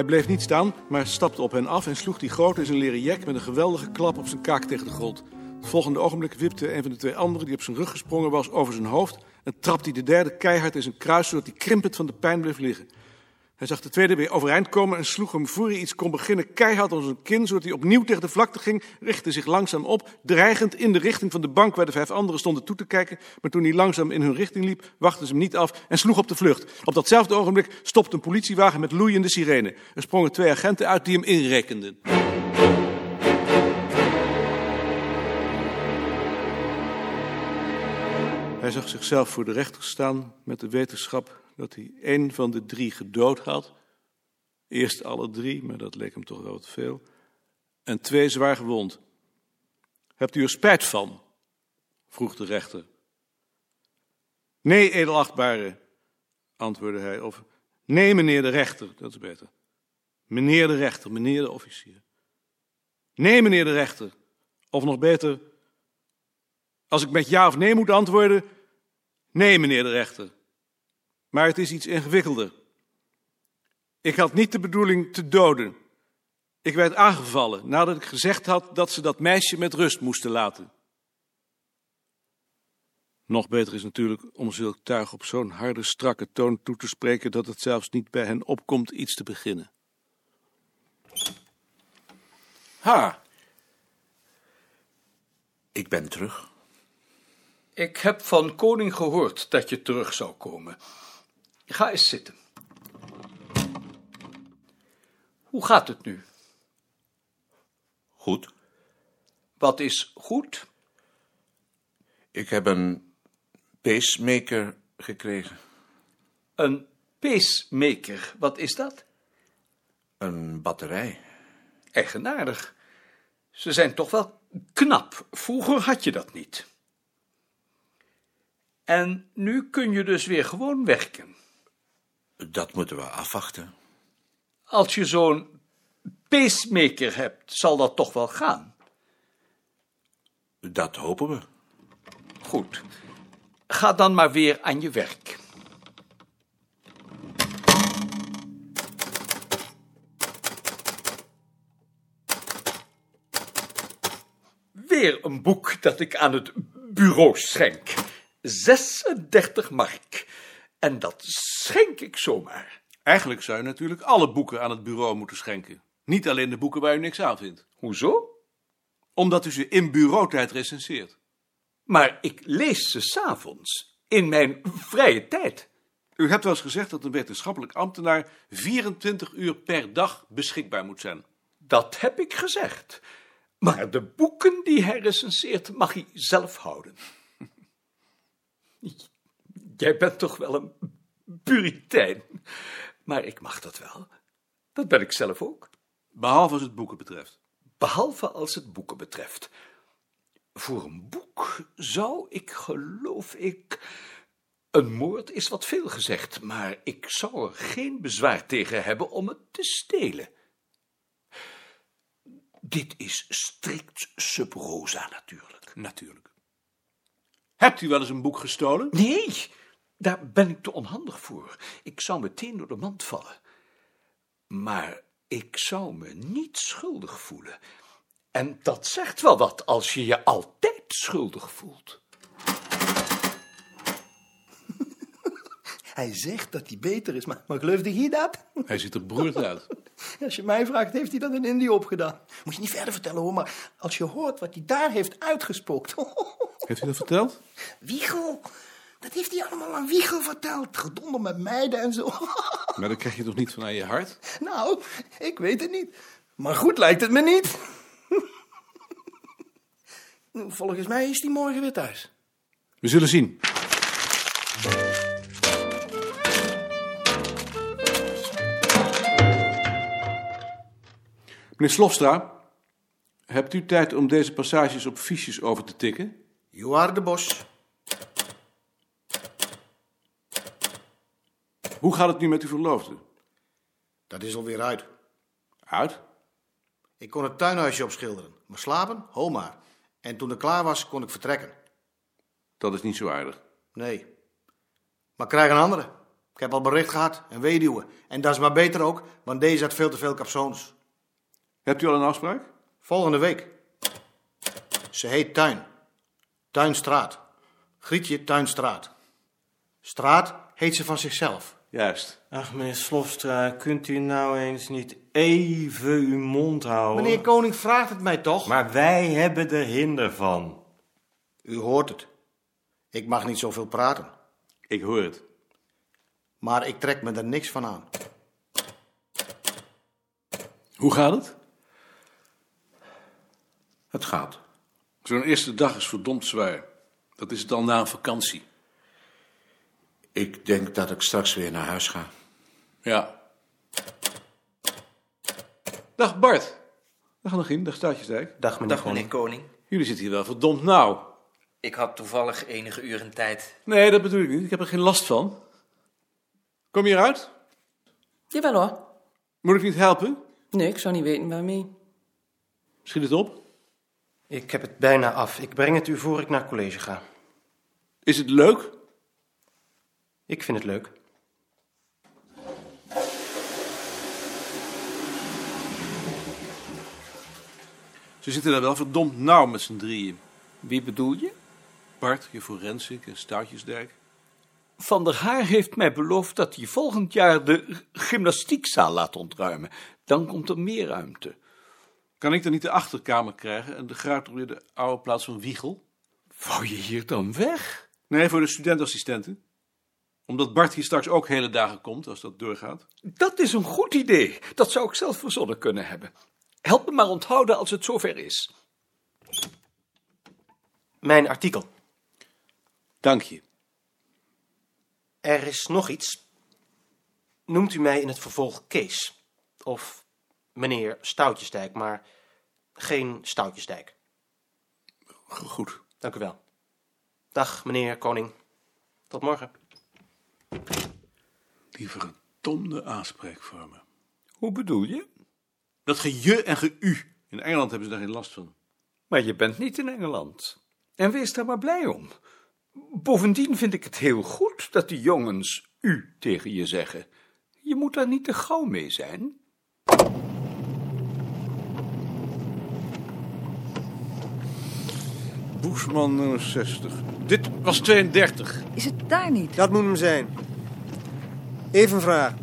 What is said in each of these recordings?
Hij bleef niet staan, maar stapte op hen af en sloeg die grote in zijn leren jek met een geweldige klap op zijn kaak tegen de grond. Het volgende ogenblik wipte een van de twee anderen, die op zijn rug gesprongen was, over zijn hoofd en trapte hij de derde keihard in zijn kruis, zodat hij krimpend van de pijn bleef liggen. Hij zag de tweede weer overeind komen en sloeg hem voor hij iets kon beginnen keihard op zijn kin, zodat hij opnieuw tegen de vlakte ging, richtte zich langzaam op, dreigend in de richting van de bank waar de 5 anderen stonden toe te kijken. Maar toen hij langzaam in hun richting liep, wachtten ze hem niet af en sloeg op de vlucht. Op datzelfde ogenblik stopte een politiewagen met loeiende sirene. Er sprongen 2 agenten uit die hem inrekenden. Hij zag zichzelf voor de rechter staan met de wetenschap dat hij 1 van de 3 gedood had. Eerst alle 3, maar dat leek hem toch wel wat veel. En 2 zwaar gewond. Hebt u er spijt van? Vroeg de rechter. Nee, edelachtbare, antwoordde hij. Of nee, meneer de rechter, dat is beter. Meneer de rechter, meneer de officier. Nee, meneer de rechter. Of nog beter, als ik met ja of nee moet antwoorden, nee, meneer de rechter. Maar het is iets ingewikkelder. Ik had niet de bedoeling te doden. Ik werd aangevallen nadat ik gezegd had dat ze dat meisje met rust moesten laten. Nog beter is natuurlijk om zulk tuig op zo'n harde, strakke toon toe te spreken dat het zelfs niet bij hen opkomt iets te beginnen. Ha. Ik ben terug. Ik heb van koning gehoord dat je terug zou komen. Ga eens zitten. Hoe gaat het nu? Goed. Wat is goed? Ik heb een pacemaker gekregen. Een pacemaker, wat is dat? Een batterij. Eigenaardig. Ze zijn toch wel knap. Vroeger had je dat niet. En nu kun je dus weer gewoon werken. Dat moeten we afwachten. Als je zo'n pacemaker hebt, zal dat toch wel gaan? Dat hopen we. Goed. Ga dan maar weer aan je werk. Weer een boek dat ik aan het bureau schenk. 36 mark. En dat schenk ik zomaar. Eigenlijk zou je natuurlijk alle boeken aan het bureau moeten schenken. Niet alleen de boeken waar u niks aan vindt. Hoezo? Omdat u ze in bureautijd recenseert. Maar ik lees ze 's avonds, in mijn vrije tijd. U hebt wel eens gezegd dat een wetenschappelijk ambtenaar 24 uur per dag beschikbaar moet zijn. Dat heb ik gezegd. Maar de boeken die hij recenseert mag hij zelf houden. Jij bent toch wel een puritein. Maar ik mag dat wel. Dat ben ik zelf ook. Behalve als het boeken betreft. Behalve als het boeken betreft. Voor een boek zou ik, geloof ik... Een moord is wat veel gezegd, maar ik zou er geen bezwaar tegen hebben om het te stelen. Dit is strikt sub rosa natuurlijk. Natuurlijk. Hebt u wel eens een boek gestolen? Nee, daar ben ik te onhandig voor. Ik zou meteen door de mand vallen. Maar ik zou me niet schuldig voelen. En dat zegt wel wat als je je altijd schuldig voelt. Hij zegt dat hij beter is, maar geloofde je dat? Hij ziet er beroerd uit. Als je mij vraagt, heeft hij dat in Indië opgedaan. Moet je niet verder vertellen hoor, maar als je hoort wat hij daar heeft uitgespookt. Heeft u dat verteld? Wiegel, dat heeft hij allemaal aan Wiegel verteld. Gedonder met meiden en zo. Maar dat krijg je toch niet van aan je hart? Nou, ik weet het niet. Maar goed lijkt het me niet. Volgens mij is hij morgen weer thuis. We zullen zien. Meneer Slofstra, hebt u tijd om deze passages op fiches over te tikken? Joar de Bos. Hoe gaat het nu met uw verloofde? Dat is alweer uit. Uit? Ik kon het tuinhuisje opschilderen. Maar slapen, hol maar. En toen het klaar was, kon ik vertrekken. Dat is niet zo aardig. Nee. Maar ik krijg een andere. Ik heb al bericht gehad, een weduwe. En dat is maar beter ook, want deze had veel te veel capsones. Hebt u al een afspraak? Volgende week. Ze heet Tuin. Tuinstraat. Grietje Tuinstraat. Straat heet ze van zichzelf. Juist. Ach, meneer Slofstra, kunt u nou eens niet even uw mond houden? Meneer Koning vraagt het mij toch? Maar wij hebben er hinder van. U hoort het. Ik mag niet zoveel praten. Ik hoor het. Maar ik trek me er niks van aan. Hoe gaat het? Het gaat. Zo'n eerste dag is verdomd zwaar. Dat is het al na een vakantie. Ik denk dat ik straks weer naar huis ga. Ja. Dag Bart. Dag Annegien, dag Stoutjesdijk. Dag, meneer Dag meneer Koning. Jullie zitten hier wel verdomd nauw. Ik had toevallig enige uren tijd. Nee, dat bedoel ik niet. Ik heb er geen last van. Kom je eruit? Jawel hoor. Moet ik niet helpen? Nee, ik zou niet weten waarmee. Schiet het op. Ik heb het bijna af. Ik breng het u voor ik naar college ga. Is het leuk? Ik vind het leuk. Ze zitten daar wel verdomd nauw met z'n drieën. Wie bedoel je? Bart, je Forensik en Stoutjesdijk. Van der Haar heeft mij beloofd dat hij volgend jaar de gymnastiekzaal laat ontruimen. Dan komt er meer ruimte. Kan ik dan niet de achterkamer krijgen en de geruitureerde oude plaats van Wiegel? Wou je hier dan weg? Nee, voor de studentassistenten. Omdat Bart hier straks ook hele dagen komt, als dat doorgaat. Dat is een goed idee. Dat zou ik zelf verzonnen kunnen hebben. Help me maar onthouden als het zover is. Mijn artikel. Dank je. Er is nog iets. Noemt u mij in het vervolg Kees. Of meneer Stoutjesdijk, maar geen Stoutjesdijk. Goed. Dank u wel. Dag, meneer Koning. Tot morgen. Die verdomde aanspreekvormen. Hoe bedoel je? Dat ge-je en ge-u. In Engeland hebben ze daar geen last van. Maar je bent niet in Engeland. En wees daar maar blij om. Bovendien vind ik het heel goed dat de jongens u tegen je zeggen. Je moet daar niet te gauw mee zijn. Boesman nummer 60. Dit was 32. Is het daar niet? Dat moet hem zijn. Even een vraag.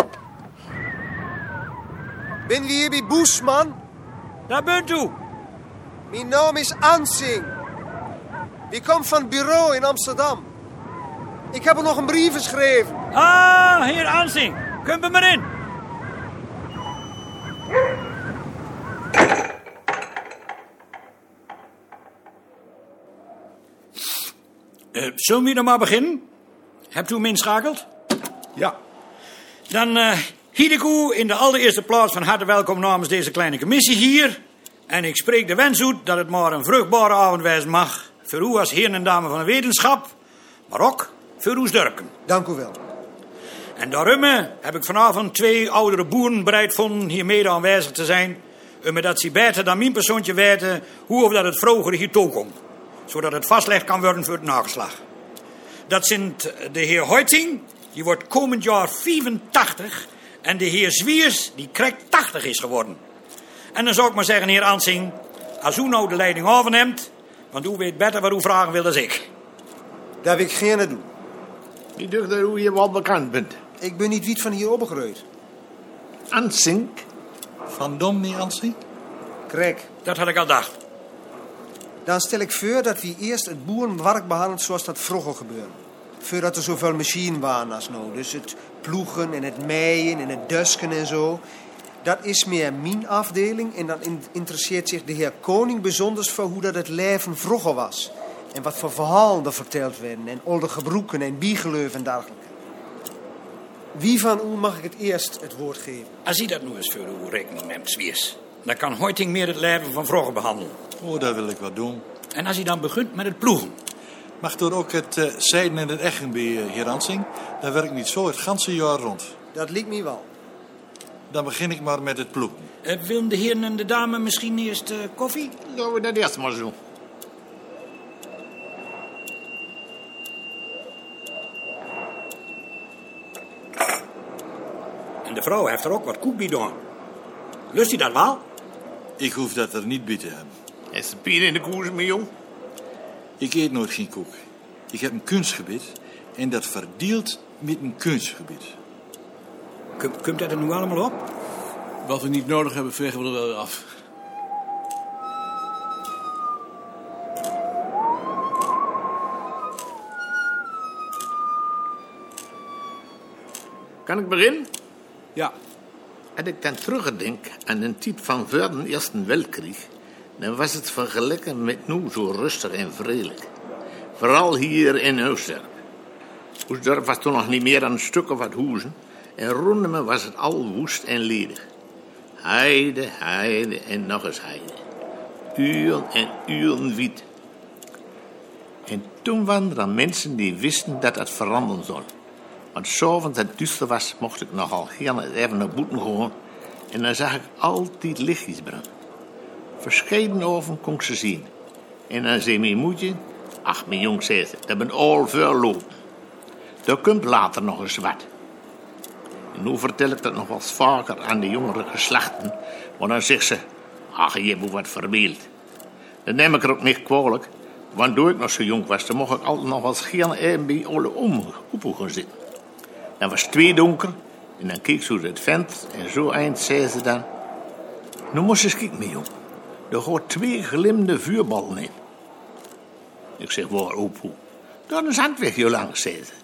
Ben wie hier bij Boesman? Daar bent u. Mijn naam is Ansing. Wie komt van het bureau in Amsterdam. Ik heb er nog een brief geschreven. Ah, heer Ansing. Kom er maar in. Zullen we dan maar beginnen? Hebt u hem inschakeld? Ja. Dan hiet ik u in de allereerste plaats van harte welkom namens deze kleine commissie hier. En ik spreek de wens uit dat het maar een vruchtbare avond wezen mag. Voor u als heer en dame van de wetenschap, maar ook voor uw durken. Dank u wel. En daarom heb ik vanavond 2 oudere boeren bereid vonden hier mede aanwezig te zijn. Omdat ze beter dan mijn persoontje weten hoe of dat het vroeger hier toekomt. Zodat het vastgelegd kan worden voor het nageslag. Dat zijn de heer Hoiting, die wordt komend jaar 85. En de heer Zwiers, die krijgt 80 is geworden. En dan zou ik maar zeggen, heer Ansing, als u nou de leiding overneemt, want u weet beter wat u vragen wil dan ik. Dat wil ik gerne doen. Ik dacht dat u hier wel bekend bent. Ik ben niet wiet van hier opgegroeid. Ansink? Van Domnie Ansing? Krek. Dat had ik al gedacht. Dan stel ik voor dat we eerst het boerenwerk behandelen zoals dat vroeger gebeurde. Voordat er zoveel machines waren als nou. Dus het ploegen en het maaien en het dusken en zo. Dat is meer mijn afdeling. En dan interesseert zich de heer Koning bijzonders voor hoe dat het leven vroeger was. En wat voor verhalen er verteld werden. En oude gebroeken en biegeleuven en dergelijke. Wie van u mag ik het eerst het woord geven? Als u dat nu eens voor uw rekening neemt, Zwiers, dan kan Hoiting meer het leven van vroeger behandelen. Oh, dat wil ik wel doen. En als hij dan begint met het ploegen. Mag er ook het zijden en het echten bij heer Ansing? Dan werk ik niet zo het ganse jaar rond. Dat liet me wel. Dan begin ik maar met het ploegen. Willen de heren en de dame misschien eerst koffie? Doen we dat eerst maar zo. En de vrouw heeft er ook wat koek bij doen. Lust hij dat wel? Ik hoef dat er niet bij te hebben. Is de pien in de koers, mijn jong? Ik eet nooit geen koek. Ik heb een kunstgebied en dat verdeelt met een kunstgebied. Komt dat er nu allemaal op? Wat we niet nodig hebben, vegen we er wel weer af. Kan ik beginnen? Ja. Als ik dan terugdenk aan de tijd van voor de Eerste Weltkrieg, dan was het vergeleken met nu zo rustig en vredelijk. Vooral hier in Oostdorp. Oostdorp was toen nog niet meer dan een stuk of wat huizen en rondom me was het al woest en ledig. Heide, heide en nog eens heide. Uren en uren wiet. En toen waren er dan mensen die wisten dat het veranderen zou. Want 's avonds het duister was, mocht ik nogal gerne even naar buiten gaan. En dan zag ik altijd lichtjes branden. Verscheiden oven kon ik ze zien. En dan zei mijn moeder, ach mijn jong, zei ze, dat ben al verlopen. Dat komt later nog eens wat. En nu vertel ik dat nog wel eens vaker aan de jongere geslachten. Maar dan zegt ze, ach je hebt wat verbeeld. Dat neem ik er ook niet kwalijk. Want toen ik nog zo jong was, dan mocht ik altijd nog wel eens gerne even bij alle oepen gaan zitten. Dan was het 2 donker en dan keek ze uit het vent en zo eind zei ze dan, nu moest je eens kijken, mijn jong. Er gaat 2 glimmende vuurballen in. Ik zeg, waar opoe? Door een zandweg hier langs, zei ze.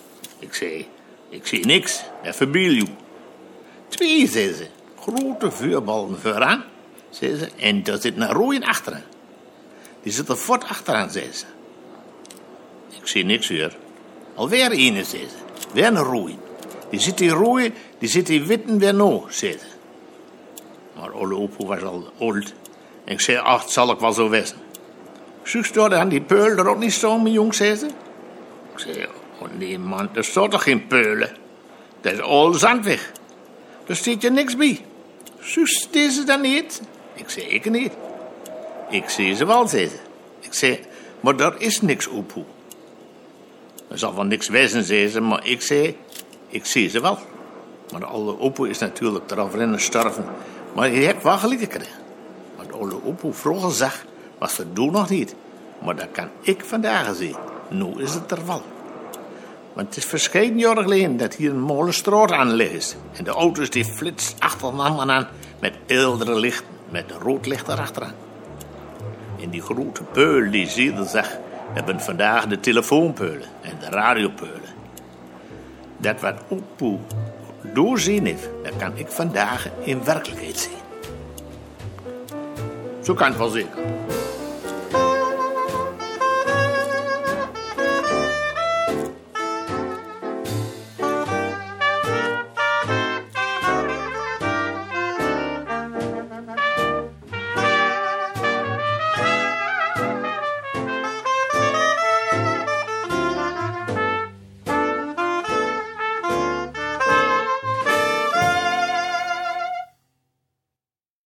Ik zie niks, dat verbeel je. 2, zei ze, grote vuurballen vooraan, zei ze, en daar zit een rooien achteraan. Die zit er fort achteraan, zei ze. Ik zie niks weer. Alweer ene, zei ze. Weer een rooien. Die zit die rooien, die zit die witten weer nou, zei ze. Maar alle opoe was al oud. En ik zei, ach, het zal ik wel zo wezen. Zoekst door aan die peul er ook niet staan, mijn jong, zei ze. Ik zei, oh nee man, er staat toch geen peulen? Dat is al zandweg. Daar zit je niks bij. Zoekst deze dan niet? Ik zei, ik niet. Ik zie ze wel, zei ze. Ik zei, maar daar is niks opoe. Er zal wel niks wezen, zei ze, maar ik zei, ik zie ze wel. Maar de oude opoe is natuurlijk erover gestorven. Maar je hebt wel gelijk gekregen. Wat de oude opoe vroeger zag, was er toen nog niet. Maar dat kan ik vandaag zien. Nu is het er wel. Want het is verscheiden jaren geleden dat hier een molenstraat aanleg is. En de auto's die flitsen achter elkaar aan met heldere lichten, met rood licht erachteraan. En die grote peul die je er zag, hebben vandaag de telefoonpeulen en de radiopeulen. Dat wat opoe doorzien heeft, dat kan ik vandaag in werkelijkheid zien. Zo kan het wel zeker.